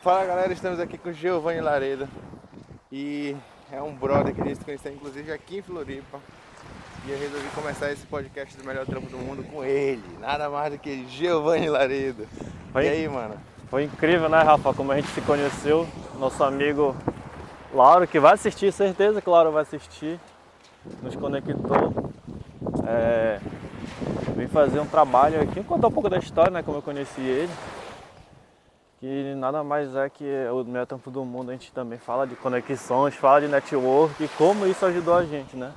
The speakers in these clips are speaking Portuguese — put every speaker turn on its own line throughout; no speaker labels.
Fala galera, estamos aqui com o Giovanni Laredo e é um brother que a gente conheceu inclusive aqui em Floripa e eu resolvi começar esse podcast do melhor trampo do mundo com ele, nada mais do que Giovanni Laredo. E aí, mano?
Foi incrível, né, Rafa, como a gente se conheceu, nosso amigo Lauro, que vai assistir, certeza que o Lauro vai assistir, nos conectou, vim fazer um trabalho aqui, contar um pouco da história, né, como eu conheci ele. Que nada mais é que o melhor trampo do mundo, a gente também fala de conexões, fala de network e como isso ajudou a gente, né?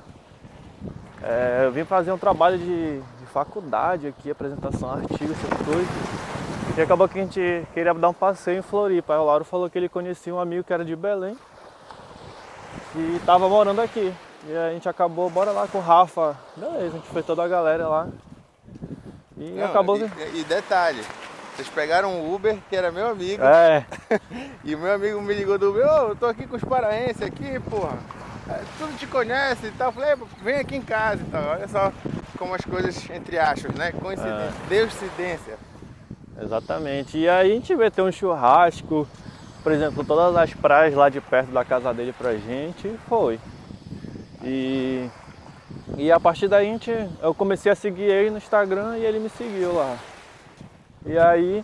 Eu vim fazer um trabalho de faculdade aqui, apresentação, artigo, essas coisas. E acabou que a gente queria dar um passeio em Floripa. Aí o Lauro falou que ele conhecia um amigo que era de Belém e estava morando aqui. E a gente acabou, bora lá com o Rafa. Beleza, a gente foi toda a galera lá. E
Não,
acabou...
E detalhe, vocês pegaram um Uber, que era meu amigo, e o meu amigo me ligou do Uber, eu tô aqui com os paraenses aqui, porra, tudo te conhece e tal, eu falei, vem aqui em casa e tal, olha só como as coisas, entre aspas, né, coincidência, Deuscidência.
Exatamente, e aí a gente vai ter um churrasco, por exemplo, todas as praias lá de perto da casa dele pra gente, foi. E a partir daí eu comecei a seguir ele no Instagram e ele me seguiu lá. E aí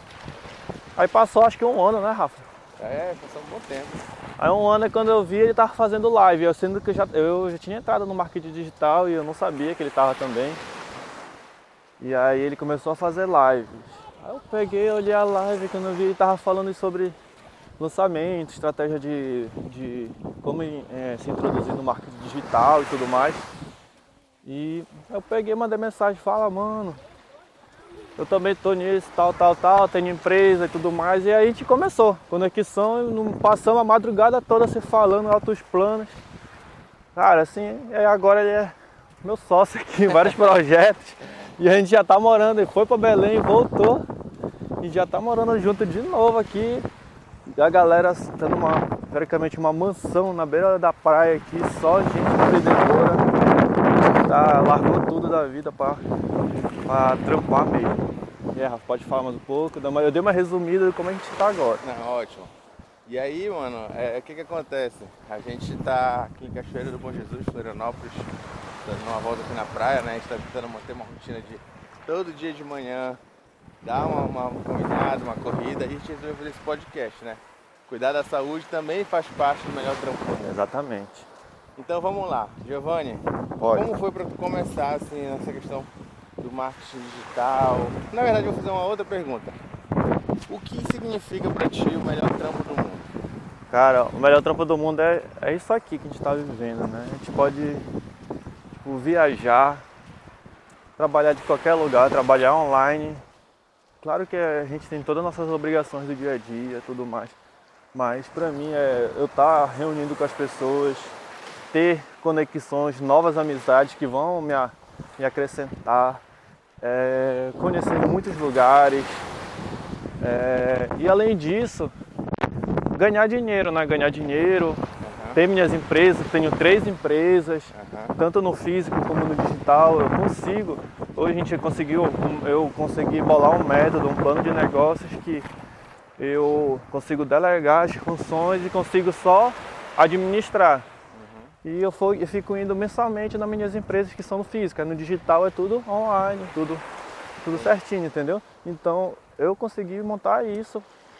passou acho que um ano, né, Rafa?
Passou um bom tempo.
Aí um ano é quando eu vi ele tava fazendo live, eu sendo que eu já tinha entrado no marketing digital e eu não sabia que ele tava também. E aí ele começou a fazer lives. Aí eu peguei, olhei a live, quando eu vi ele tava falando sobre lançamento, estratégia de como se introduzir no marketing digital e tudo mais. E eu peguei, mandei mensagem, fala, mano, eu também tô nisso, tal, tenho empresa e tudo mais. E aí a gente começou, conexão, passamos a madrugada toda se falando, altos planos. Cara, assim, agora ele é meu sócio aqui em vários projetos. E a gente já tá morando, ele foi pra Belém, voltou. E já tá morando junto de novo aqui. E a galera tendo teoricamente uma mansão na beira da praia aqui, só gente empreendedora. Largou tudo da vida pra trampar mesmo. Rafa, pode falar mais um pouco? Eu dei uma resumida de como a gente tá agora.
Não, ótimo. E aí, mano, o que acontece? A gente tá aqui em Cachoeira do Bom Jesus, Florianópolis, dando uma volta aqui na praia, né? A gente tá tentando manter uma rotina de todo dia de manhã, dar uma caminhada, uma corrida, e a gente resolveu fazer esse podcast, né? Cuidar da saúde também faz parte do melhor trampo do mundo.
Exatamente.
Então vamos lá, Giovanni, como foi para tu começar assim nessa questão do marketing digital? Na verdade eu vou fazer uma outra pergunta. O que significa para ti o melhor trampo do mundo?
Cara, o melhor trampo do mundo é isso aqui que a gente está vivendo, né? A gente pode viajar, trabalhar de qualquer lugar, trabalhar online. Claro que a gente tem todas as nossas obrigações do dia a dia e tudo mais. Mas para mim eu estar reunindo com as pessoas, ter conexões, novas amizades que vão me acrescentar, conhecer muitos lugares e além disso ganhar dinheiro, né? Ganhar dinheiro, ter minhas empresas, tenho 3 empresas, tanto no físico como no digital, hoje eu consegui bolar um método, um plano de negócios que eu consigo delegar as funções e consigo só administrar. E eu fico indo mensalmente nas minhas empresas que são no físico, no digital é tudo online, tudo certinho, entendeu? Então eu consegui montar isso.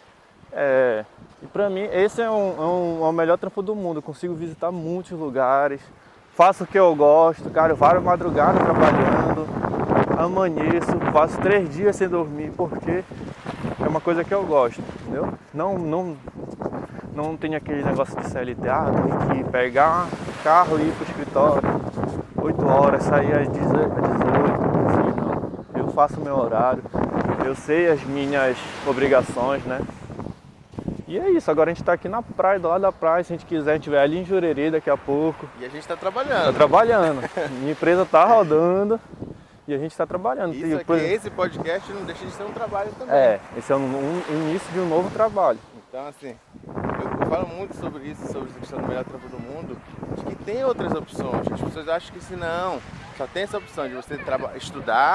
E pra mim esse é o melhor trampo do mundo, eu consigo visitar muitos lugares, faço o que eu gosto, cara, eu varo madrugada trabalhando, amanheço, passo 3 dias sem dormir, porque é uma coisa que eu gosto, entendeu? Não tem aquele negócio de CLT, tem que pegar carro e ir pro escritório, 8 horas, sair às 18, assim, não. Eu faço o meu horário, eu sei as minhas obrigações, né? E é isso, agora a gente tá aqui na praia, do lado da praia, se a gente quiser, a gente vai ali em Jurerê daqui a pouco.
E a gente tá trabalhando.
Tá trabalhando, minha empresa tá rodando e a já trabalhando.
Isso aqui, esse podcast não deixa de ser um trabalho também.
Esse é um início de um novo trabalho.
Então assim, eu falo muito sobre isso, sobre essa questão do melhor trampo do mundo, de que tem outras opções. As pessoas acham que se não, só tem essa opção de você estudar,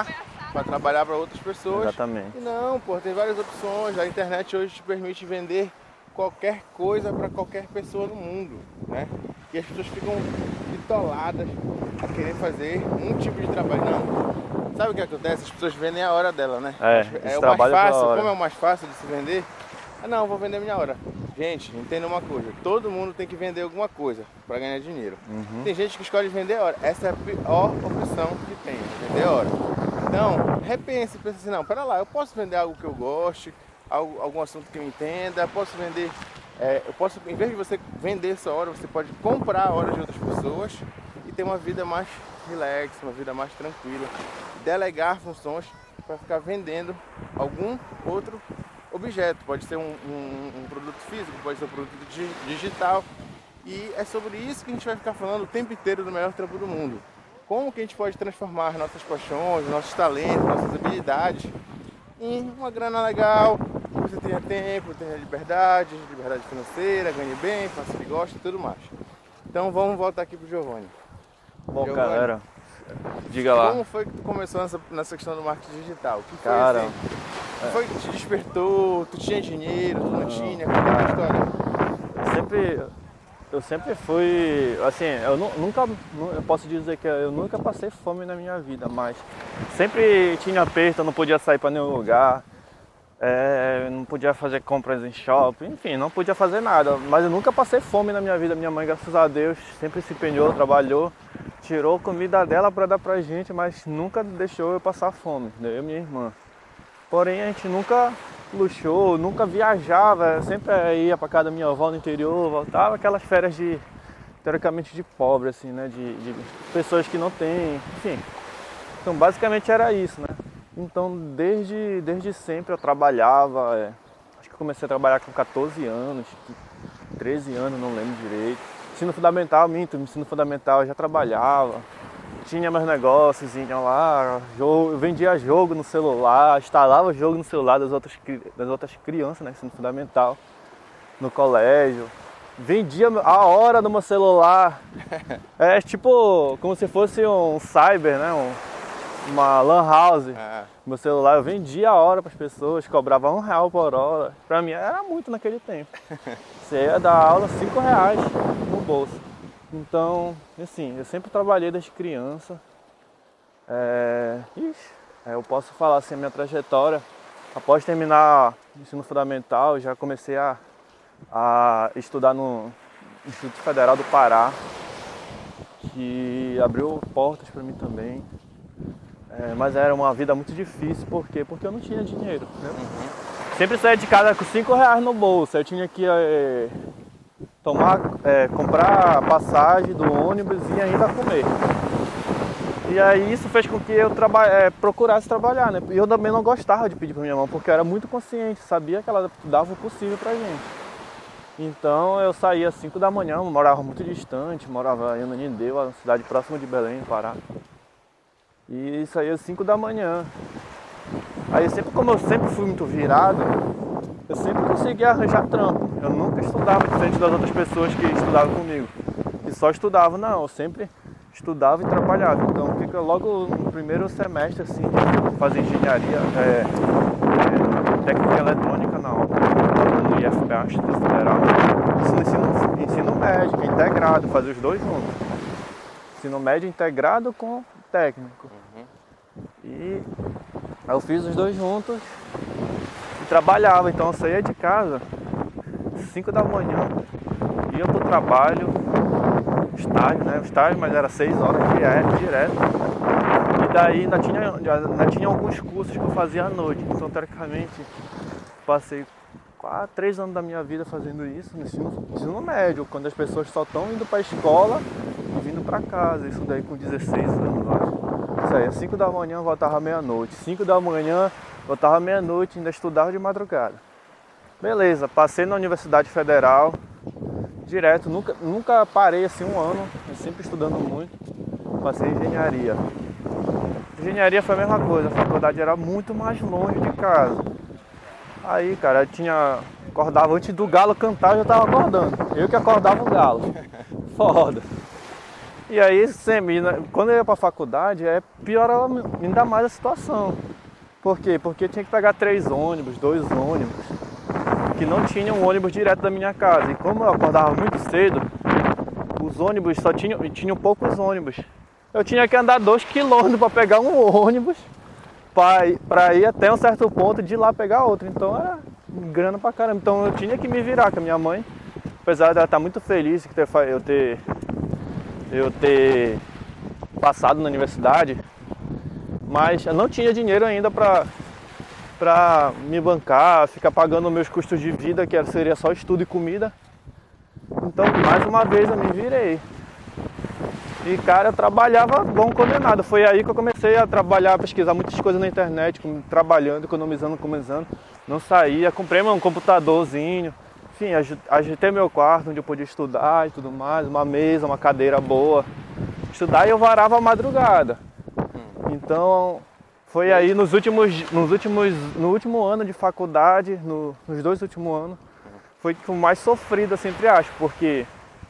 para trabalhar para outras pessoas.
Exatamente.
E não, pô, tem várias opções. A internet hoje te permite vender qualquer coisa para qualquer pessoa no mundo, né? E as pessoas ficam bitoladas a querer fazer um tipo de trabalho. Não. Sabe o que acontece? As pessoas vendem a hora dela, né? É o mais fácil. Como é o mais fácil de se vender? Ah, não, vou vender minha hora. Gente, entenda uma coisa. Todo mundo tem que vender alguma coisa para ganhar dinheiro. Tem gente que escolhe vender a hora. Essa é a pior opção que tem, vender a hora. Então, repense, pense assim, não, pera lá, eu posso vender algo que eu goste, algum assunto que eu entenda, posso vender, em vez de você vender sua hora, você pode comprar a hora de outras pessoas e ter uma vida mais relax, uma vida mais tranquila, delegar funções para ficar vendendo algum outro objeto, pode ser um produto físico, pode ser um produto digital, e é sobre isso que a gente vai ficar falando o tempo inteiro do melhor trampo do mundo. Como que a gente pode transformar nossas paixões, nossos talentos, nossas habilidades em uma grana legal, que você tenha tempo, tenha liberdade financeira, ganhe bem, faça o que gosta e tudo mais. Então vamos voltar aqui pro Giovanni.
Bom,
Giovanni,
galera, diga lá.
Como foi que tu começou nessa questão do marketing digital? O que foi
Cara,
assim? O que foi que te despertou? Tu tinha dinheiro, tu não tinha? Qual é a história?
Eu sempre fui, assim, eu posso dizer que eu nunca passei fome na minha vida, mas sempre tinha aperto, eu não podia sair para nenhum lugar, não podia fazer compras em shopping, enfim, não podia fazer nada, mas eu nunca passei fome na minha vida. Minha mãe, graças a Deus, sempre se empenhou, trabalhou, tirou comida dela para dar pra gente, mas nunca deixou eu passar fome, eu e minha irmã. Porém, a gente nunca luxou, nunca viajava, eu sempre ia para casa da minha avó no interior, voltava aquelas férias teoricamente de pobre, assim, né, de pessoas que não têm, enfim. Então, basicamente era isso, né. Então, desde sempre eu trabalhava, acho que eu comecei a trabalhar com 14 anos, 13 anos, não lembro direito. Ensino fundamental eu já trabalhava. Tinha meus negócios, lá, eu vendia jogo no celular, instalava jogo no celular das outras crianças, né, ensino fundamental, no colégio. Vendia a hora no meu celular, tipo como se fosse um cyber, né, uma lan house. Meu celular eu vendia a hora para as pessoas, cobrava R$1 por hora. Para mim era muito naquele tempo. Você ia dar aula R$5 no bolso. Então, assim, eu sempre trabalhei desde criança. Eu posso falar assim a minha trajetória. Após terminar o ensino fundamental, já comecei a estudar no Instituto Federal do Pará, que abriu portas para mim também. Mas era uma vida muito difícil, por quê? Porque eu não tinha dinheiro, né? Sempre saía de casa com R$5 no bolso, eu tinha que comprar a passagem do ônibus e ainda comer. E aí isso fez com que eu procurasse trabalhar, né? E eu também não gostava de pedir para minha mãe, porque eu era muito consciente, sabia que ela dava o possível pra gente. Então eu saía às 5 da manhã, eu morava muito distante, morava em Ananindeua, uma cidade próxima de Belém, no Pará. E saía às 5 da manhã. Aí como eu sempre fui muito virado, eu sempre conseguia arranjar trampo. Eu nunca estudava diferente das outras pessoas que estudavam comigo, que só estudavam. Não, eu sempre estudava e trabalhava. Então, logo no primeiro semestre, assim, eu fazia engenharia, técnica eletrônica no IFPA, Instituto Federal. Ensino médio, que é integrado, fazia os dois juntos. Ensino médio integrado com técnico. E aí eu fiz os dois juntos e trabalhava. Então eu saía de casa 5 da manhã, ia pro trabalho, estágio, mas era 6 horas direto. E daí ainda tinha alguns cursos que eu fazia à noite. Então teoricamente passei 3 anos da minha vida fazendo isso no ensino médio, quando as pessoas só estão indo para a escola e vindo para casa. Isso daí com 16 anos, eu acho. Isso aí, às 5 da manhã voltava meia-noite. 5 da manhã voltava meia-noite, ainda estudava de madrugada. Beleza, passei na Universidade Federal, direto, nunca parei assim um ano, sempre estudando muito. Passei em engenharia. Engenharia foi a mesma coisa, a faculdade era muito mais longe de casa. Aí, cara, acordava antes do galo cantar, eu já tava acordando. Eu que acordava o galo. Foda. E aí, sempre, quando eu ia pra faculdade, piorava ainda mais a situação. Por quê? Porque eu tinha que pegar 3 ônibus, 2 ônibus, que não tinha um ônibus direto da minha casa. E como eu acordava muito cedo, os ônibus tinham poucos ônibus. Eu tinha que andar 2 quilômetros para pegar um ônibus, para ir até um certo ponto, de lá pegar outro. Então era grana pra caramba. Então eu tinha que me virar com a minha mãe, apesar dela estar muito feliz que eu ter passado na universidade, mas eu não tinha dinheiro ainda para me bancar, ficar pagando meus custos de vida, que seria só estudo e comida. Então, mais uma vez eu me virei. E, cara, eu trabalhava bom condenado. Foi aí que eu comecei a trabalhar, a pesquisar muitas coisas na internet, trabalhando, economizando. Não saía, comprei um computadorzinho. Enfim, ajeitei meu quarto onde eu podia estudar e tudo mais, uma mesa, uma cadeira boa. Estudar, e eu varava a madrugada. Então, foi aí no último ano de faculdade, nos 2 últimos anos, foi o mais sofrido, assim, entre aspas, porque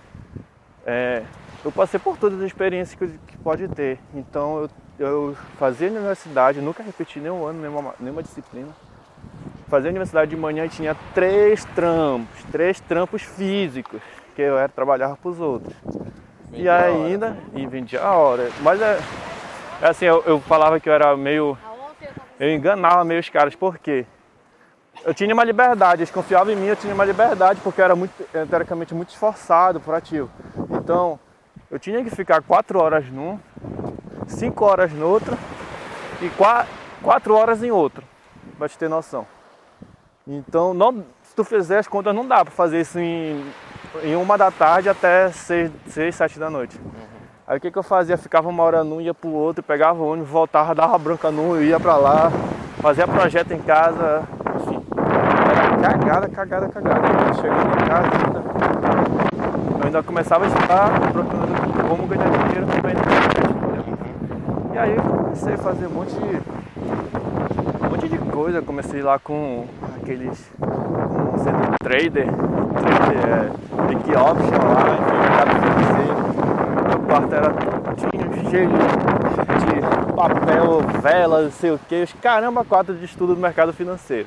eu passei por todas as experiências que pode ter. Então eu fazia universidade, nunca repeti nenhum ano, nenhuma disciplina. Fazia universidade de manhã e tinha 3 trampos físicos, que eu trabalhava para os outros. E ainda, e vendia a hora. Mas assim, eu falava que eu era meio... Eu enganava meio os caras, por quê? Eu tinha uma liberdade, eles confiavam em mim, eu tinha uma liberdade, porque eu era teoricamente muito esforçado, proativo. Então, eu tinha que ficar 4 horas num, 5 horas no outro e 4 horas em outro, pra te ter noção. Então, se tu fizer as contas, não dá pra fazer isso em 1 da tarde até 6, 7 da noite. Aí o que eu fazia? Ficava 1 hora num, ia pro outro, pegava o ônibus, voltava, dava bronca num, ia pra lá, fazia projeto em casa, enfim. Era cagada. Chegando em casa eu ainda começava a estudar, procurando como ganhar dinheiro também na internet. E aí eu comecei a fazer um monte de coisa. Comecei lá com sendo trader pick option lá, enfim, mercado financeiro. Meu quarto era todinho cheio de papel, vela, não sei o que, os caramba 4 de estudo do mercado financeiro.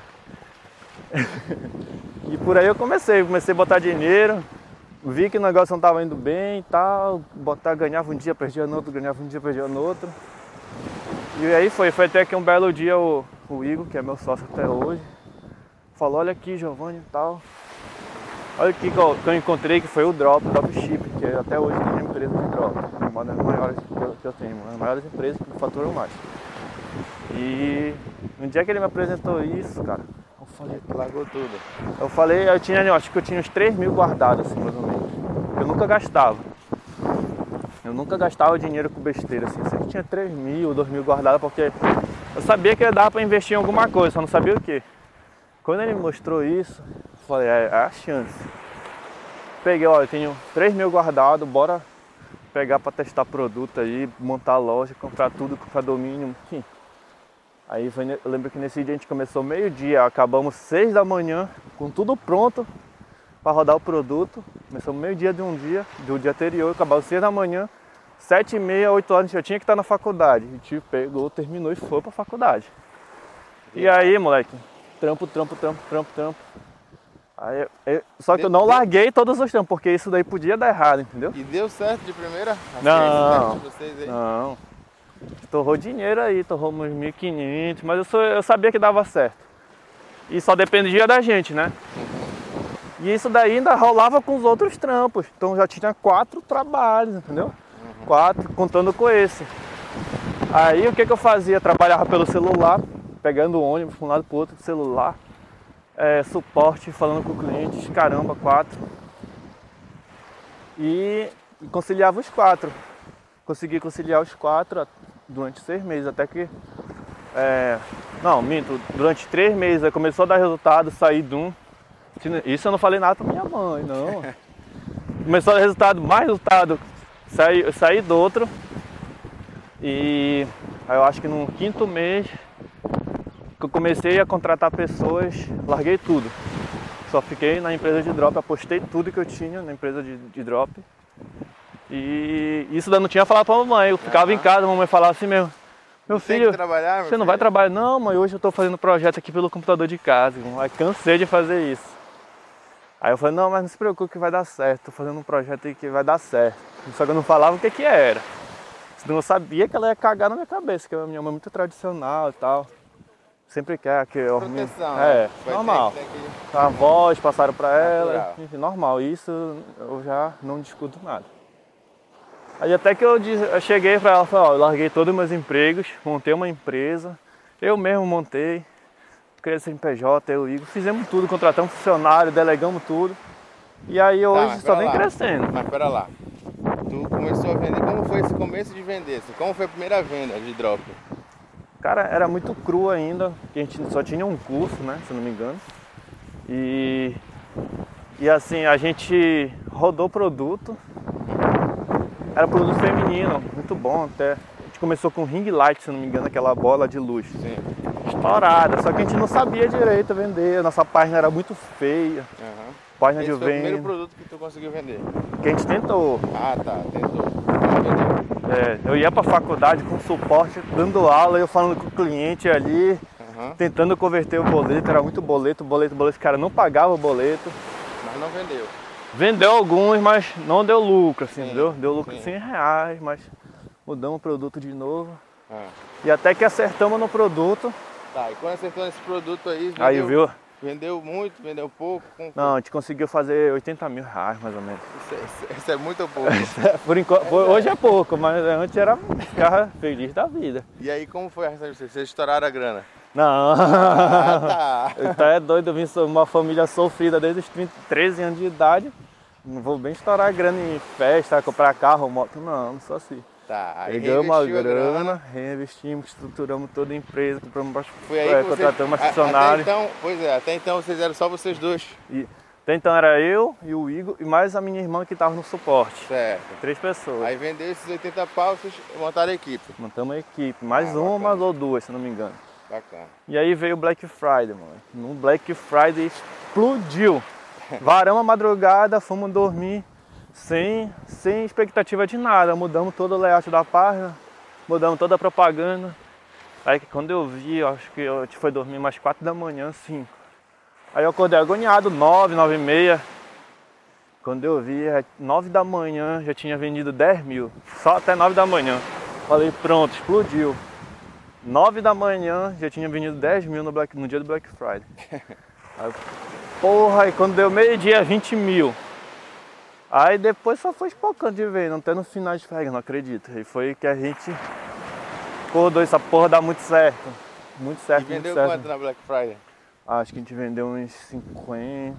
E por aí eu comecei a botar dinheiro, vi que o negócio não estava indo bem e tal, ganhava um dia, perdia no outro, ganhava um dia, perdia no outro. E aí foi até que um belo dia o Igor, que é meu sócio até hoje, falou: olha aqui, Giovanni e tal, olha aqui que eu encontrei, que foi o Dropship, que até hoje tem uma empresa de drop, uma das maiores que eu tenho, uma das maiores empresas que faturam mais. E no dia que ele me apresentou isso, cara, eu falei, largou tudo. Acho que eu tinha uns 3 mil guardados, assim, mais ou menos. Eu nunca gastava. Eu nunca gastava dinheiro com besteira, assim. Eu sempre tinha 3 mil, 2 mil guardados, porque eu sabia que dava pra investir em alguma coisa, só não sabia o que. Quando ele me mostrou isso, eu falei, é a chance. Peguei, olha, eu tenho 3 mil guardados, bora pegar pra testar produto aí, montar loja, comprar tudo, comprar domínio, enfim. Aí eu lembro que nesse dia a gente começou meio-dia, acabamos 6 da manhã, com tudo pronto para rodar o produto. Começamos meio-dia do dia anterior, acabamos 6 da manhã, 7h30, 8 horas, a gente já tinha que estar na faculdade. A gente pegou, terminou e foi pra faculdade. E aí, moleque, trampo. Aí, só que eu não larguei todos os trampos, porque isso daí podia dar errado, entendeu?
E deu certo de primeira?
Não. Torrou dinheiro aí, torrou uns 1.500, mas eu sabia que dava certo. E só dependia da gente, né? E isso daí ainda rolava com os outros trampos. Então já tinha 4 trabalhos, entendeu? 4, contando com esse. Aí o que eu fazia? Trabalhava pelo celular, pegando o ônibus de um lado pro outro, celular. Suporte, falando com o cliente, caramba, 4. E conciliava os 4. Consegui conciliar os 4 durante 6 meses, até que... durante 3 meses começou a dar resultado, saí de um... Isso eu não falei nada pra minha mãe, não. Começou a dar resultado, mais resultado, saí do outro. E aí eu acho que no 5º mês que eu comecei a contratar pessoas, larguei tudo. Só fiquei na empresa de drop, apostei tudo que eu tinha na empresa de drop. E isso eu não tinha falado pra mamãe. Eu ficava em casa, a mamãe falava assim mesmo. Meu filho,
você
não vai trabalhar? Não, mãe, hoje eu tô fazendo projeto aqui pelo computador de casa. Aí cansei de fazer isso. Aí eu falei, não, mas não se preocupe que vai dar certo. Tô fazendo um projeto aí que vai dar certo. Só que eu não falava o que era. Senão eu sabia que ela ia cagar na minha cabeça, que a minha mãe é muito tradicional e tal. Sempre quer que eu...
Proteção,
É,
né?
normal.
Que...
Avós passaram pra ela,
natural.
enfim, normal. Isso eu já não discuto nada. Aí até que eu cheguei pra ela e falei, ó, eu larguei todos os meus empregos, montei uma empresa, eu mesmo montei, criei CNPJ, eu e Igor, fizemos tudo, contratamos funcionário, delegamos tudo. E aí hoje só vem crescendo.
Mas pera lá, tu começou a vender, como foi esse começo de vender? Como foi a primeira venda de drop?
Cara, era muito cru ainda, porque a gente só tinha um curso, né, se eu não me engano. E assim, a gente rodou produto. Era produto feminino, muito bom até. A gente começou com ring light, se não me engano, aquela bola de luz.
Sim.
Estourada, só que a gente não sabia direito vender, nossa página era muito feia. Página
Esse
de
foi
venda.
o primeiro produto que tu conseguiu vender?
Que a gente tentou.
Ah, tá, tentou.
Eu ia pra faculdade com suporte, dando aula, eu falando com o cliente ali, tentando converter o boleto, era muito boleto, o cara não pagava o boleto.
Mas não vendeu.
Vendeu alguns, mas não deu lucro, assim, entendeu? Deu lucro
sim.
de R$100, mas mudamos o produto de novo.
Ah.
E até que acertamos no produto.
Tá, e quando acertou nesse produto aí,
Aí viu?
Vendeu muito, vendeu pouco?
Não, a gente conseguiu fazer R$80 mil, mais ou menos.
Isso é muito pouco.
Por enquanto, hoje é pouco, mas antes era ficava feliz da vida.
E aí como foi a reação de vocês? Vocês estouraram a grana?
Não.
Ah, tá.
Então é doido, eu vim de uma família sofrida desde os 13 anos de idade. Não vou bem estourar grana em festa, comprar carro, moto, não sou assim.
Tá, aí
pegamos uma grana, reinvestimos, estruturamos toda a empresa, compramos,
foi aí que
contratamos funcionários.
Até então vocês eram só vocês dois?
Até então era eu e o Igor e mais a minha irmã que estava no suporte.
Certo.
3 pessoas.
Aí vendeu esses 80 pau, vocês montaram a equipe.
Montamos a equipe, mais uma ou duas, se não me engano.
Bacana.
E aí veio o Black Friday, mano. No Black Friday explodiu. Varamos a madrugada, fomos dormir sem expectativa de nada. Mudamos todo o layout da página, mudamos toda a propaganda. Aí quando eu vi, acho que a gente foi dormir mais 4 da manhã, 5. Aí eu acordei agoniado, 9, 9 e meia. Quando eu vi, 9 da manhã, já tinha vendido 10 mil. Só até 9 da manhã. Falei, pronto, explodiu. 9 da manhã, já tinha vendido 10 mil no dia do Black Friday. Aí, porra, e quando deu meio-dia, 20 mil. Aí depois só foi espocando de vez, não tendo finais de férias, não acredito. E foi que a gente acordou, essa porra dá muito certo. Muito certo,
e vendeu
muito certo.
quanto na Black Friday?
Acho que a gente vendeu uns 50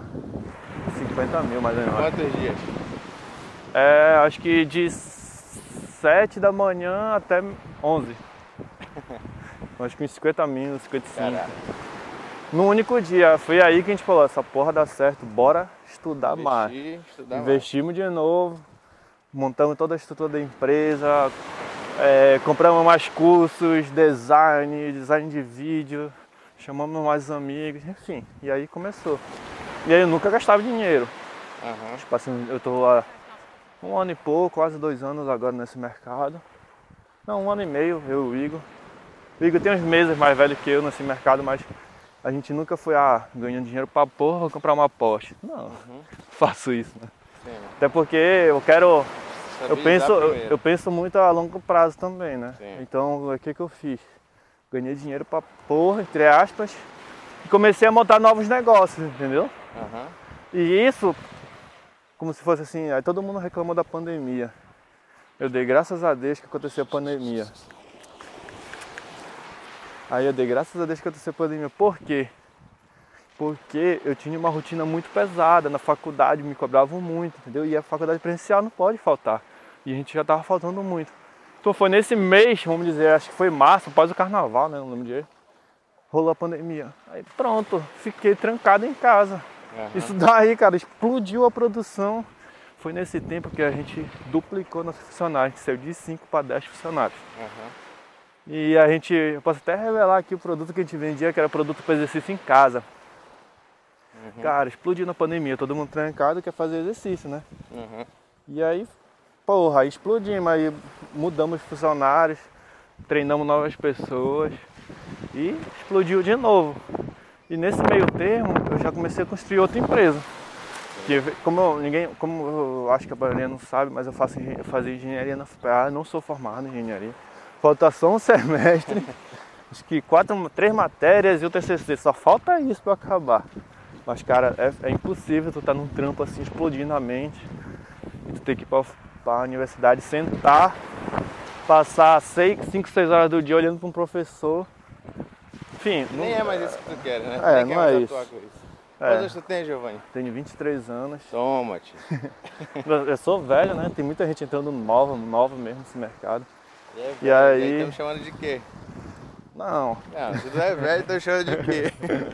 mil mais ou menos.
Quantos dias?
Acho que de 7 da manhã até 11. Acho que uns 50 mil, 55.
Caraca.
No único dia, foi aí que a gente falou, essa porra dá certo, bora estudar mais. Investimos de novo, montamos toda a estrutura da empresa, compramos mais cursos, design de vídeo, chamamos mais amigos, enfim, e aí começou. E aí eu nunca gastava dinheiro. Tipo assim, eu tô há 1 ano e pouco, quase 2 anos agora nesse mercado. Não, 1 ano e meio, eu e o Igor. O Igor tem uns meses mais velho que eu nesse mercado, mas a gente nunca foi ganhando dinheiro pra porra, vou comprar uma Porsche. Não, faço isso, né? Sim. Até porque eu quero... Eu penso muito a longo prazo também, né? Sim. Então, o que eu fiz? Ganhei dinheiro pra porra, entre aspas, e comecei a montar novos negócios, entendeu? E isso, como se fosse assim, aí todo mundo reclamou da pandemia. Eu dei graças a Deus que aconteceu a pandemia. Aí eu dei graças a Deus que aconteceu a pandemia. Por quê? Porque eu tinha uma rotina muito pesada na faculdade, me cobravam muito, entendeu? E a faculdade presencial não pode faltar. E a gente já estava faltando muito. Então foi nesse mês, vamos dizer, acho que foi março, após o carnaval, né? Não lembro direito. Rolou a pandemia. Aí pronto, fiquei trancado em casa. Isso daí, cara, explodiu a produção. Foi nesse tempo que a gente duplicou nossos funcionários. A gente saiu de 5 para 10 funcionários. E eu posso até revelar aqui o produto que a gente vendia, que era produto para exercício em casa. Cara, explodiu na pandemia, todo mundo trancado quer fazer exercício, né? E aí porra, aí explodimos, aí mudamos funcionários, treinamos novas pessoas e explodiu de novo. E nesse meio termo eu já comecei a construir outra empresa. Que, como eu acho que a maioria não sabe, mas eu fazia engenharia na FPA, não sou formado em engenharia. Falta só um semestre, acho que 3 matérias e o TCC, só falta isso para acabar. Mas cara, é impossível tu estar num trampo assim explodindo a mente e tu ter que ir para a universidade, sentar, passar 5, 6 horas do dia olhando para um professor. Enfim.
Nem é mais isso que tu quer, né?
É,
Nem
não
quer
é
mais
isso.
atuar com isso. Quantos anos tu tem, Giovanni?
Tenho 23 anos.
Toma, tio.
Eu sou velho, né? Tem muita gente entrando nova mesmo nesse mercado.
E aí estão chamando de quê?
Não.
Não, se tu é velho, estão chamando de quê?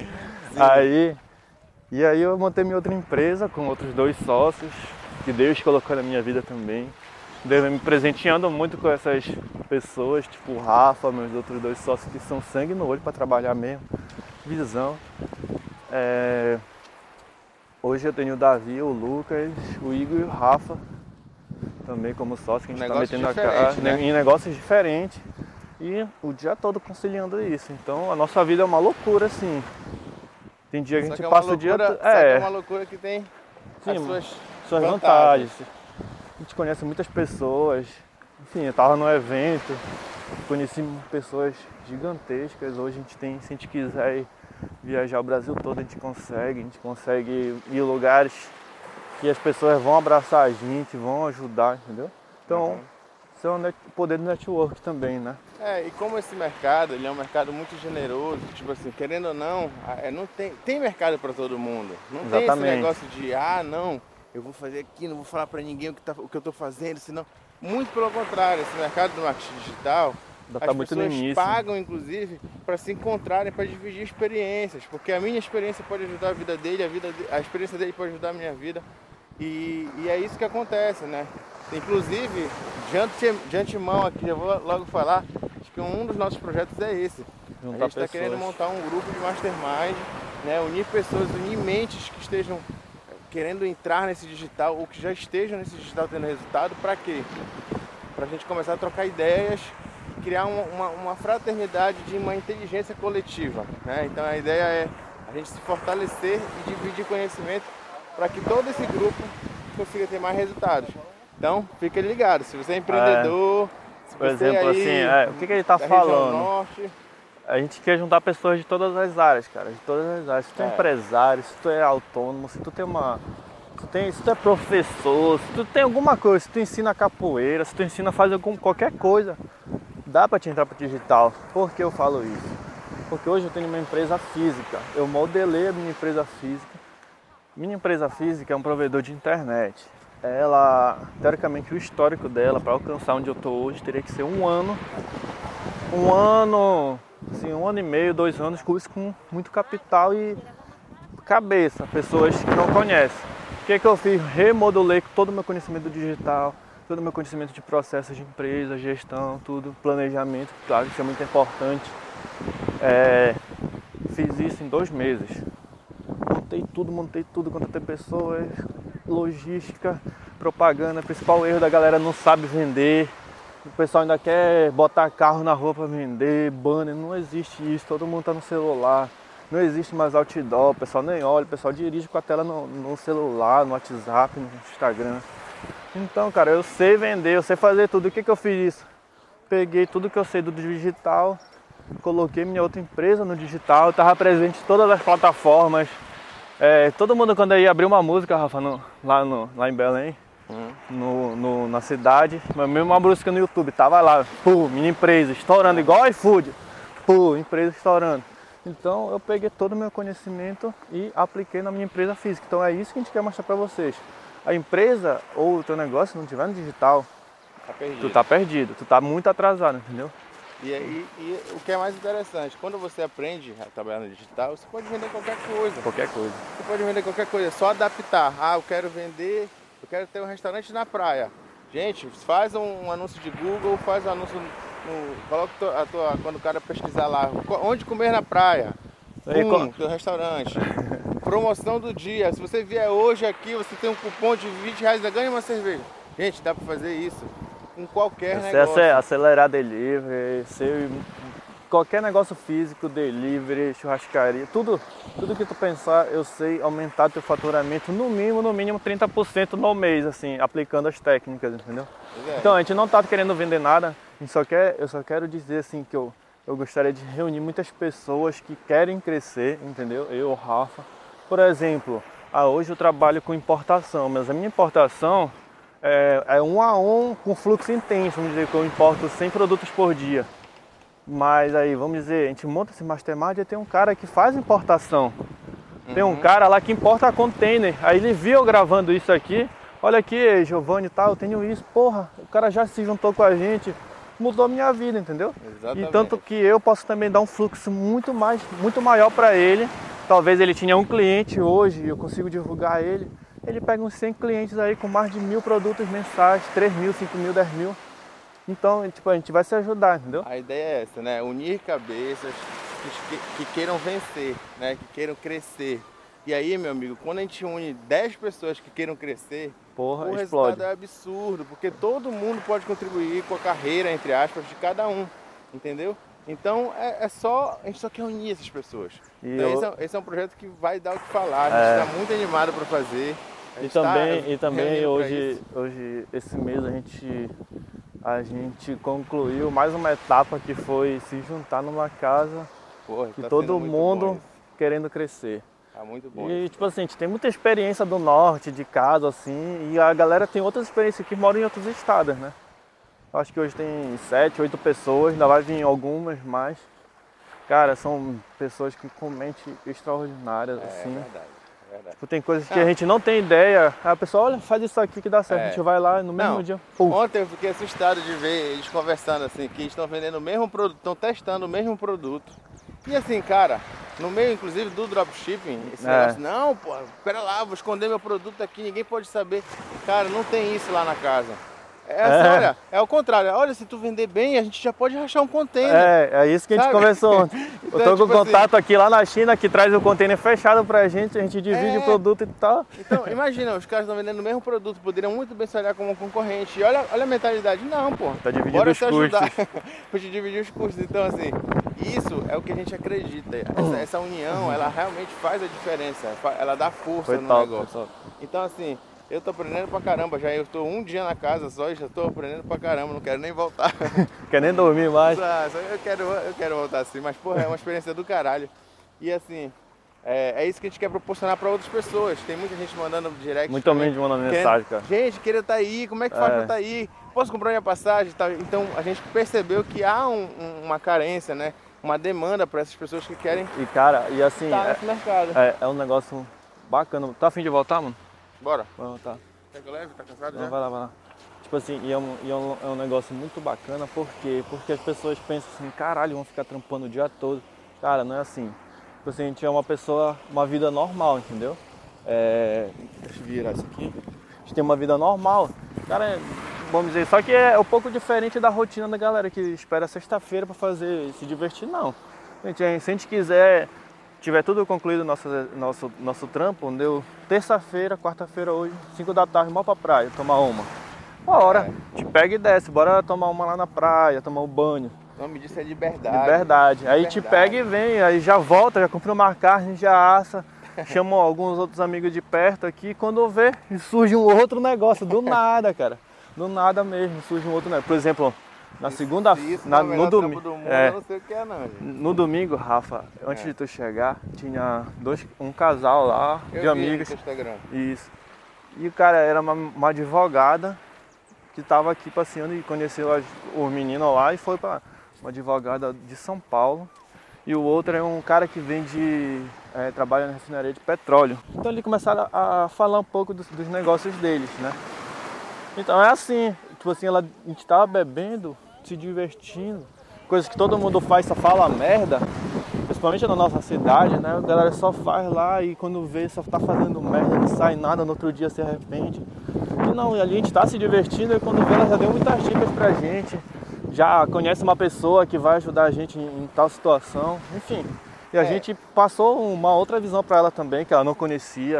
E aí eu montei minha outra empresa com outros 2 sócios, que Deus colocou na minha vida também. Deus me presenteando muito com essas pessoas, tipo o Rafa, meus outros 2 sócios que são sangue no olho para trabalhar mesmo, visão. Hoje eu tenho o Davi, o Lucas, o Igor e o Rafa também como sócio, que a gente está metendo a cara, né? Em negócios diferentes e o dia todo conciliando isso. Então a nossa vida é uma loucura assim. Tem dia que a gente passa o dia...
É uma loucura que tem as suas
vantagens. A gente conhece muitas pessoas. Enfim, eu estava no evento, conheci pessoas gigantescas. Hoje a gente tem, se a gente quiser viajar o Brasil todo, a gente consegue ir em lugares que as pessoas vão abraçar a gente, vão ajudar, entendeu? Então, isso é o poder do network também, né?
E como esse mercado, ele é um mercado muito generoso, tipo assim, querendo ou não, não tem mercado para todo mundo. Não tem esse negócio de, não, eu vou fazer aqui, não vou falar para ninguém o que eu estou fazendo, senão... Muito pelo contrário, esse mercado do marketing digital, as pessoas pagam, inclusive, para se encontrarem, para dividir experiências, porque a minha experiência pode ajudar a vida dele, a experiência dele pode ajudar a minha vida, e é isso que acontece, né? Inclusive, de antemão aqui, eu vou logo falar, acho que um dos nossos projetos é esse. A gente está querendo montar um grupo de mastermind, né? Unir pessoas, unir mentes que estejam querendo entrar nesse digital ou que já estejam nesse digital tendo resultado, para quê? Para a gente começar a trocar ideias, criar uma fraternidade de uma inteligência coletiva, né? Então a ideia é a gente se fortalecer e dividir conhecimento para que todo esse grupo consiga ter mais resultados. Então, fica ligado, se você é empreendedor, se
por
você
exemplo,
aí,
assim, o que ele está falando?
Norte,
a gente quer juntar pessoas de todas as áreas, cara, de todas as áreas. Se tu é empresário, se tu é autônomo, se tu tem se tu é professor, se tu tem alguma coisa, se tu ensina capoeira, se tu ensina a fazer qualquer coisa, dá para te entrar para digital. Por que eu falo isso? Porque hoje eu tenho uma empresa física, eu modelei a minha empresa física. Minha empresa física é um provedor de internet. Ela, teoricamente, o histórico dela, para alcançar onde eu estou hoje, teria que ser um ano, assim, 1 ano e meio, 2 anos, com muito capital e cabeça, pessoas que não conhecem. O que eu fiz? Remodelei todo o meu conhecimento digital, todo o meu conhecimento de processos de empresa, gestão, tudo, planejamento, claro, isso é muito importante. Fiz isso em 2 meses. Montei tudo, contratei pessoas, logística, propaganda. O principal erro da galera não sabe vender. O pessoal ainda quer botar carro na rua para vender, banner, não existe isso, todo mundo está no celular. Não existe mais outdoor, o pessoal nem olha, o pessoal dirige com a tela no celular, no WhatsApp, no Instagram. Então, cara, eu sei vender, eu sei fazer tudo. O que eu fiz isso? Peguei tudo que eu sei do digital, coloquei minha outra empresa no digital, estava presente em todas as plataformas. Todo mundo quando ia abrir uma música, Rafa, lá em Belém, na cidade, mas mesmo uma música no YouTube, tava lá, minha empresa estourando, igual iFood, empresa estourando. Então eu peguei todo o meu conhecimento e apliquei na minha empresa física. Então é isso que a gente quer mostrar para vocês. A empresa ou o teu negócio, se não tiver no digital, tu tá perdido, tu tá muito atrasado, entendeu?
E o que é mais interessante, quando você aprende a trabalhar no digital, você pode vender qualquer coisa.
Qualquer coisa.
Você pode vender qualquer coisa, é só adaptar. Eu quero ter um restaurante na praia. Gente, faz um anúncio de Google, faz um anúncio coloca quando o cara pesquisar lá, onde comer na praia, teu restaurante. Promoção do dia, se você vier hoje aqui, você tem um cupom de R$20 e ganha uma cerveja. Gente, dá para fazer isso com qualquer
Você
negócio.
acelerar delivery, ser qualquer negócio físico, delivery, churrascaria, tudo que tu pensar, eu sei aumentar teu faturamento no mínimo 30% no mês, assim, aplicando as técnicas, entendeu?
Pois é.
Então a gente não tá querendo vender nada, eu só quero dizer assim que eu gostaria de reunir muitas pessoas que querem crescer, entendeu? Eu, o Rafa. Por exemplo, hoje eu trabalho com importação, mas a minha importação é 1 a 1 com fluxo intenso, vamos dizer que eu importo 100 produtos por dia. Mas aí, vamos dizer, a gente monta esse mastermind e tem um cara que faz importação. Tem um cara lá que importa container. Aí ele viu eu gravando isso aqui. Olha aqui, Giovanni e tal, eu tenho isso. Porra, o cara já se juntou com a gente. Mudou a minha vida, entendeu?
Exatamente.
E tanto que eu posso também dar um fluxo muito maior para ele. Talvez ele tinha um cliente hoje, eu consigo divulgar ele. Ele pega uns 100 clientes aí com mais de 1.000 produtos mensais, 3.000, 5.000, 10.000. Então, tipo, a gente vai se ajudar, entendeu?
A ideia é essa, né? Unir cabeças que queiram vencer, né? Que queiram crescer. E aí, meu amigo, quando a gente une 10 pessoas que queiram crescer,
Porra,
o
explode.
resultado é absurdo, porque todo mundo pode contribuir com a carreira, entre aspas, de cada um, entendeu? Então, a gente só quer unir essas pessoas. Então, esse é um projeto que vai dar o que falar, a gente está muito animado para fazer.
E também hoje, esse mês, a gente concluiu mais uma etapa que foi se juntar numa casa.
Porra,
que
tá
todo
muito
mundo querendo crescer.
Tá muito bom.
E tipo assim, a gente tem muita experiência do norte, de casa, assim, e a galera tem outras experiências que moram em outros estados, né? Acho que hoje tem 7, 8 pessoas, ainda vai vir algumas mais. Cara, são pessoas que com mente extraordinárias, assim.
Verdade.
Tipo, tem coisas que a gente não tem ideia. A pessoa, olha, faz isso aqui que dá certo. A gente vai lá no mesmo dia.
Ontem eu fiquei assustado de ver eles conversando assim, que estão vendendo o mesmo produto, estão testando o mesmo produto. E assim, cara, no meio inclusive do dropshipping, esse negócio, não, pô, pera lá, vou esconder meu produto aqui, ninguém pode saber. Cara, não tem isso lá na casa. Olha, é o contrário. Olha, se tu vender bem, a gente já pode rachar um container.
É isso que a gente conversou ontem.
Então,
eu tô com
tipo
contato aqui lá na China, que traz o container fechado pra gente, a gente divide o produto e tal.
Então, imagina, os caras estão vendendo o mesmo produto, poderiam muito bem se olhar como concorrente. E olha a mentalidade, não, pô.
Tá dividindo
bora
os
te ajudar.
custos.
Pra te dividir os custos. Então, assim, isso é o que a gente acredita. Essa união, ela realmente faz a diferença. Ela dá força no negócio. Então, assim, eu tô aprendendo pra caramba, eu tô um dia na casa só e já tô aprendendo pra caramba, não quero nem voltar.
Quer nem dormir mais?
Eu quero voltar assim, mas porra, é uma experiência do caralho. E assim, é isso que a gente quer proporcionar pra outras pessoas. Tem muita gente mandando direct.
Muita gente mandando mensagem, cara.
Gente, queria estar aí, como é que faz pra estar aí? Posso comprar minha passagem? Então a gente percebeu que há uma carência, né? Uma demanda para essas pessoas que querem
estar
nesse mercado.
É um negócio bacana. Tá a fim de voltar, mano?
Bora.
Vai voltar.
Quer que eu leve? Tá cansado
Não,
já?
vai lá. Tipo assim, é um negócio muito bacana, por quê? Porque as pessoas pensam assim, caralho, vão ficar trampando o dia todo. Cara, não é assim. Tipo assim, a gente é uma vida normal, entendeu? Deixa eu virar isso aqui. A gente tem uma vida normal. Cara, vamos dizer, só que é um pouco diferente da rotina da galera que espera sexta-feira pra se divertir, não. Se a gente quiser, tiver tudo concluído nosso trampo, deu terça-feira, quarta-feira hoje, 5 da tarde, mal pra praia, tomar uma. Bora, te pega e desce, bora tomar uma lá na praia, tomar um banho.
O nome disso é liberdade.
Liberdade. Aí te pega e vem, aí já volta, já compra uma carne, já assa, chama alguns outros amigos de perto aqui, quando vê, surge um outro negócio, do nada, cara. Do nada mesmo, surge um outro negócio. Por exemplo, na segunda-feira, no domingo.
Eu não sei o que é não, gente.
No domingo, Rafa, antes de tu chegar, tinha um casal lá de amigos.
No Instagram.
Isso. E o cara era uma advogada que estava aqui passeando e conheceu os meninos lá e foi para uma advogada de São Paulo. E o outro é um cara que trabalha na refinaria de petróleo. Então eles começaram a falar um pouco dos negócios deles, né? Então é assim, tipo assim, a gente tava bebendo, se divertindo, coisas que todo mundo faz, só fala merda, principalmente na nossa cidade, né? A galera só faz lá e quando vê só tá fazendo merda, não sai nada, no outro dia se arrepende. E não, ali a gente tá se divertindo e quando vê ela já deu muitas dicas pra gente, já conhece uma pessoa que vai ajudar a gente em tal situação, enfim. E a gente passou uma outra visão pra ela também, que ela não conhecia.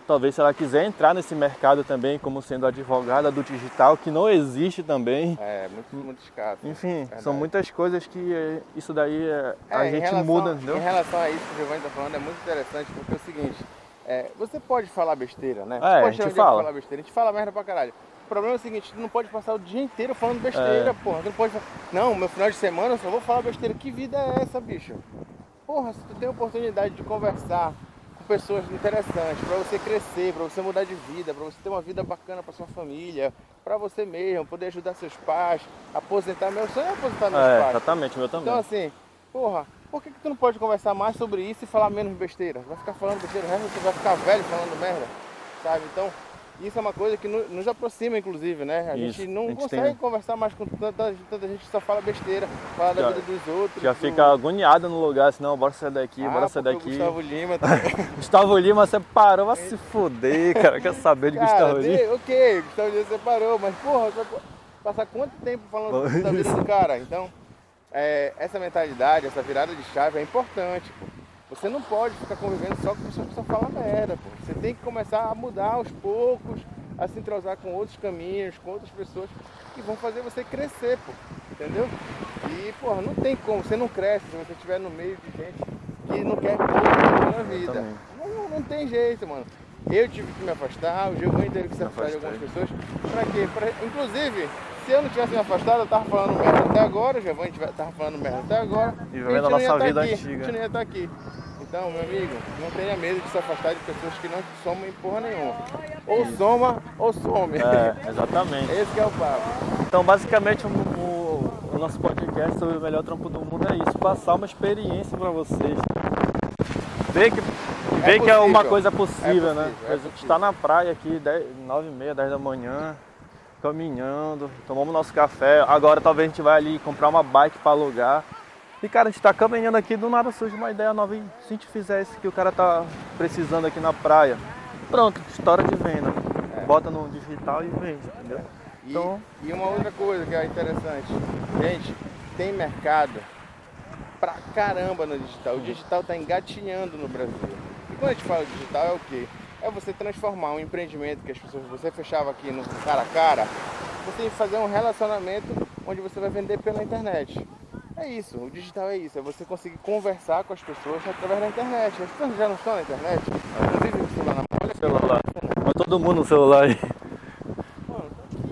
talvez se ela quiser entrar nesse mercado também, como sendo advogada do digital, que não existe também.
Muito escasso.
Enfim,
verdade.
são muitas coisas que isso daí a
em
gente
relação,
muda, entendeu?
Em relação a isso que o Giovanni está falando, é muito interessante, porque é o seguinte, você pode falar besteira, né?
A
Pode
gente
ter um dia pra
fala.
falar besteira, a gente fala merda pra caralho. O problema é o seguinte, tu não pode passar o dia inteiro falando besteira, porra. Tu não pode falar, não, meu final de semana eu só vou falar besteira. Que vida é essa, bicho? Porra, se tu tem a oportunidade de conversar com pessoas interessantes, pra você crescer, pra você mudar de vida, pra você ter uma vida bacana pra sua família, pra você mesmo, poder ajudar seus pais, aposentar. Meu sonho é aposentar meus pais.
Exatamente, o meu também.
Então assim, porra, por que tu não pode conversar mais sobre isso e falar menos besteira? Vai ficar falando besteira, o resto você vai ficar velho falando merda, sabe? Então, isso é uma coisa que nos aproxima, inclusive, né? A gente não consegue conversar mais com tanta gente que só fala besteira, fala da vida dos outros.
Já fica agoniado no lugar, assim, não, bora sair daqui, bora sair daqui.
Gustavo Lima
Gustavo Lima separou, vai se foder, cara, quer saber de Gustavo Lima?
Ok, Gustavo Lima separou, mas porra, vai passar quanto tempo falando da vida do cara? Então, essa mentalidade, essa virada de chave é importante, pô. Você não pode ficar convivendo só com pessoas que só falam merda, pô. Você tem que começar a mudar aos poucos, a se entrosar com outros caminhos, com outras pessoas que vão fazer você crescer, pô. Entendeu? E, porra, não tem como, você não cresce se você estiver no meio de gente que não quer coisa na vida. Não tem jeito, mano. Eu tive que me afastar, o Giovanni teve que se afastar de algumas pessoas. Pra quê? Inclusive, se eu não tivesse me afastado, eu tava falando merda até agora, o Giovanni tava falando merda até agora.
E vivendo a nossa vida antiga.
A gente não ia estar aqui. Então, meu amigo, não tenha medo de se afastar de pessoas que não somam em porra nenhuma. Ou soma ou some.
Exatamente.
Esse que é o papo.
Então, basicamente, o nosso podcast sobre o melhor trampo do mundo é isso, passar uma experiência para vocês. Ver que é uma coisa possível, né? A gente está na praia aqui, 9h30, 10 da manhã, caminhando, tomamos nosso café. Agora talvez a gente vai ali comprar uma bike para alugar. E cara, a gente tá caminhando aqui, do nada surge uma ideia nova. E se a gente fizer isso que o cara tá precisando aqui na praia, pronto, história de venda. Bota no digital e vende, entendeu?
E uma outra coisa que é interessante, gente, tem mercado pra caramba no digital. O digital tá engatinhando no Brasil. E quando a gente fala digital é o quê? É você transformar um empreendimento que as pessoas, você fechava aqui no cara a cara, você fazer um relacionamento onde você vai vender pela internet. É isso, o digital é isso, é você conseguir conversar com as pessoas através da internet. As pessoas já não estão na internet, não vivem com o celular na mão. Olha aqui,
celular. Mas todo mundo no celular aí.
Mano, tá aqui,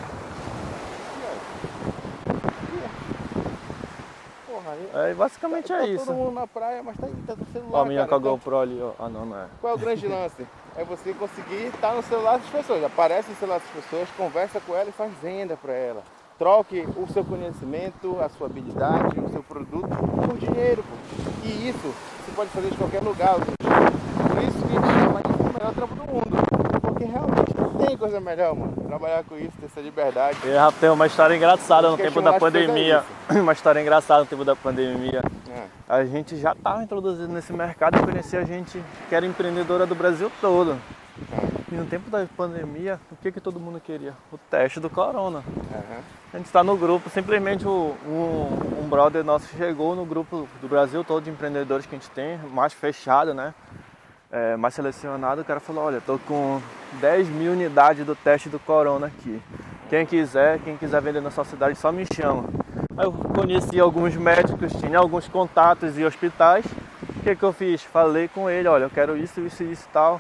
pô. Porra, aí.
Basicamente é isso.
Todo mundo na praia, mas tá no celular.
Ó, a minha com a
então,
GoPro ali, ó. Ah, não é.
qual é o grande lance? É você conseguir estar no celular das pessoas. Aparece no celular das pessoas, conversa com ela e faz venda para ela. Troque o seu conhecimento, a sua habilidade, o seu produto por dinheiro, pô. E isso você pode fazer de qualquer lugar. Por isso que a gente chama isso do melhor trampo do mundo. Porque realmente não tem coisa melhor, mano. Trabalhar com isso, ter essa liberdade.
Tem uma história engraçada no tempo da pandemia. Uma história engraçada no tempo da pandemia. A gente já estava introduzido nesse mercado e conhecia gente que era empreendedora do Brasil todo. E no tempo da pandemia, o que todo mundo queria? O teste do corona. A gente está no grupo, simplesmente um brother nosso chegou no grupo do Brasil todo de empreendedores que a gente tem, mais fechado, né? Mais selecionado. O cara falou, olha, tô com 10 mil unidades do teste do corona aqui. Quem quiser vender na sua cidade, só me chama. Aí eu conheci alguns médicos, tinha alguns contatos em hospitais. O que eu fiz? Falei com ele, olha, eu quero isso e tal.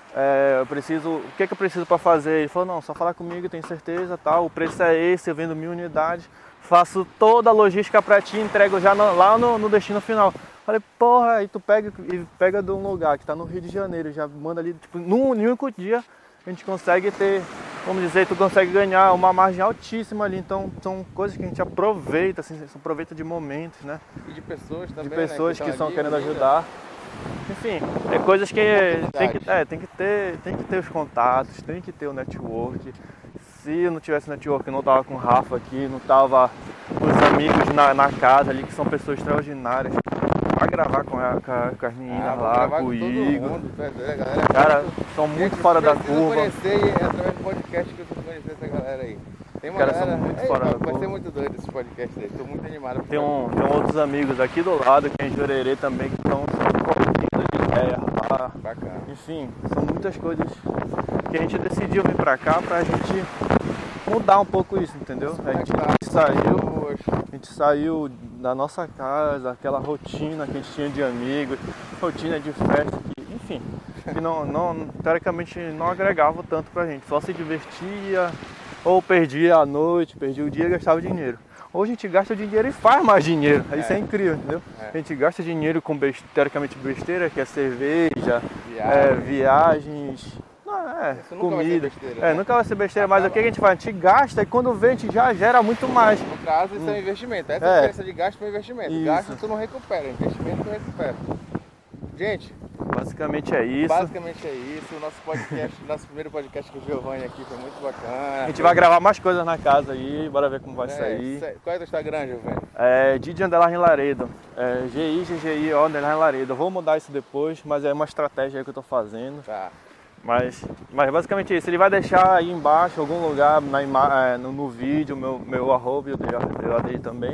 O que eu preciso para fazer? Ele falou, não, só falar comigo, tenho certeza, tal. O preço é esse, eu vendo 1000 unidades, faço toda a logística para ti, entrego já lá no destino final. Falei, porra, aí tu pega de um lugar que está no Rio de Janeiro, já manda ali, tipo, num único dia a gente consegue ter, vamos dizer, tu consegue ganhar uma margem altíssima ali. Então são coisas que a gente aproveita, assim, se aproveita de momentos, né?
E de pessoas também,
de pessoas, né, que estão querendo
ainda
ajudar. Enfim, é coisas que tem que ter os contatos, tem que ter o network. Se eu não tivesse network, eu não tava com o Rafa aqui, não tava os amigos na casa ali, que são pessoas extraordinárias. Vai gravar com as meninas lá, com o Igor. Cara, são muito fora da curva.
Conhecer, é através do podcast que eu fui conhecer essa galera aí. Tem uma galera,
são muito fora da curva.
Vai ser muito doido esse podcast aí, tô muito animado.
Tem outros amigos aqui do lado, que é em Jurerê também, que estão de ideia lá.
Bacana.
enfim, são muitas coisas que a gente decidiu vir pra cá pra gente mudar um pouco isso, entendeu? A gente saiu da nossa casa, aquela rotina que a gente tinha de amigos, rotina de festa, enfim, que não, teoricamente não agregava tanto pra gente, só se divertia, ou perdia a noite, perdia o dia e gastava dinheiro. Hoje a gente gasta dinheiro e faz mais dinheiro, isso é incrível, entendeu? A gente gasta dinheiro com teoricamente besteira, que é cerveja, viagens, comida. Nunca vai ser besteira, mas o que a gente faz? A gente gasta e quando vê a gente já gera muito mais.
No caso, isso é um investimento. Essa é a diferença de gasto para investimento. Isso. Gasto tu não recupera, investimento tu recupera. Gente,
basicamente é isso.
O nosso podcast, nosso primeiro podcast com o Giovanni aqui foi muito bacana.
A gente vai gravar mais coisas na casa aí, bora ver como vai sair.
Qual é o teu Instagram, Giovanni?
Didi_Laredo. GIGGI_Laredo. Eu vou mudar isso depois, mas é uma estratégia aí que eu tô fazendo.
Tá.
Mas basicamente é isso. Ele vai deixar aí embaixo, em algum lugar, no vídeo, meu arroba, eu dei também.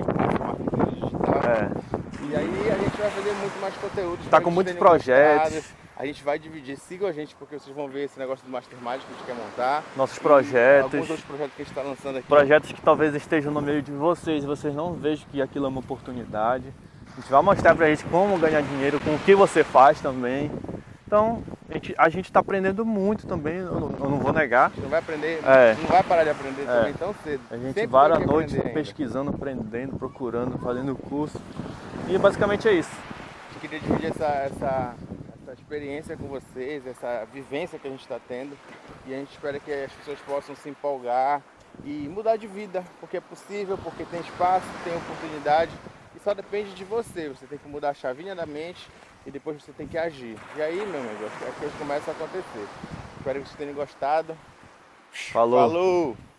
E aí a gente vai fazer muito mais conteúdos.
Tá com muitos projetos.
Gostado. A gente vai dividir, sigam a gente porque vocês vão ver esse negócio do Mastermind que a gente quer montar.
Nossos projetos.
Alguns outros projetos que a gente está lançando aqui.
Projetos que talvez estejam no meio de vocês não vejam que aquilo é uma oportunidade. A gente vai mostrar pra gente como ganhar dinheiro, com o que você faz também. Então, a gente está aprendendo muito também, eu não vou negar.
A gente não vai aprender, não vai parar de aprender também tão cedo.
A gente várias noites pesquisando, aprendendo, procurando, fazendo curso. E basicamente é isso.
A gente queria dividir essa experiência com vocês, essa vivência que a gente está tendo. E a gente espera que as pessoas possam se empolgar e mudar de vida, porque é possível, porque tem espaço, tem oportunidade. E só depende de você. Você tem que mudar a chavinha da mente e depois você tem que agir. E aí, meu amigo, as coisas começam a acontecer. Espero que vocês tenham gostado.
Falou!
Falou.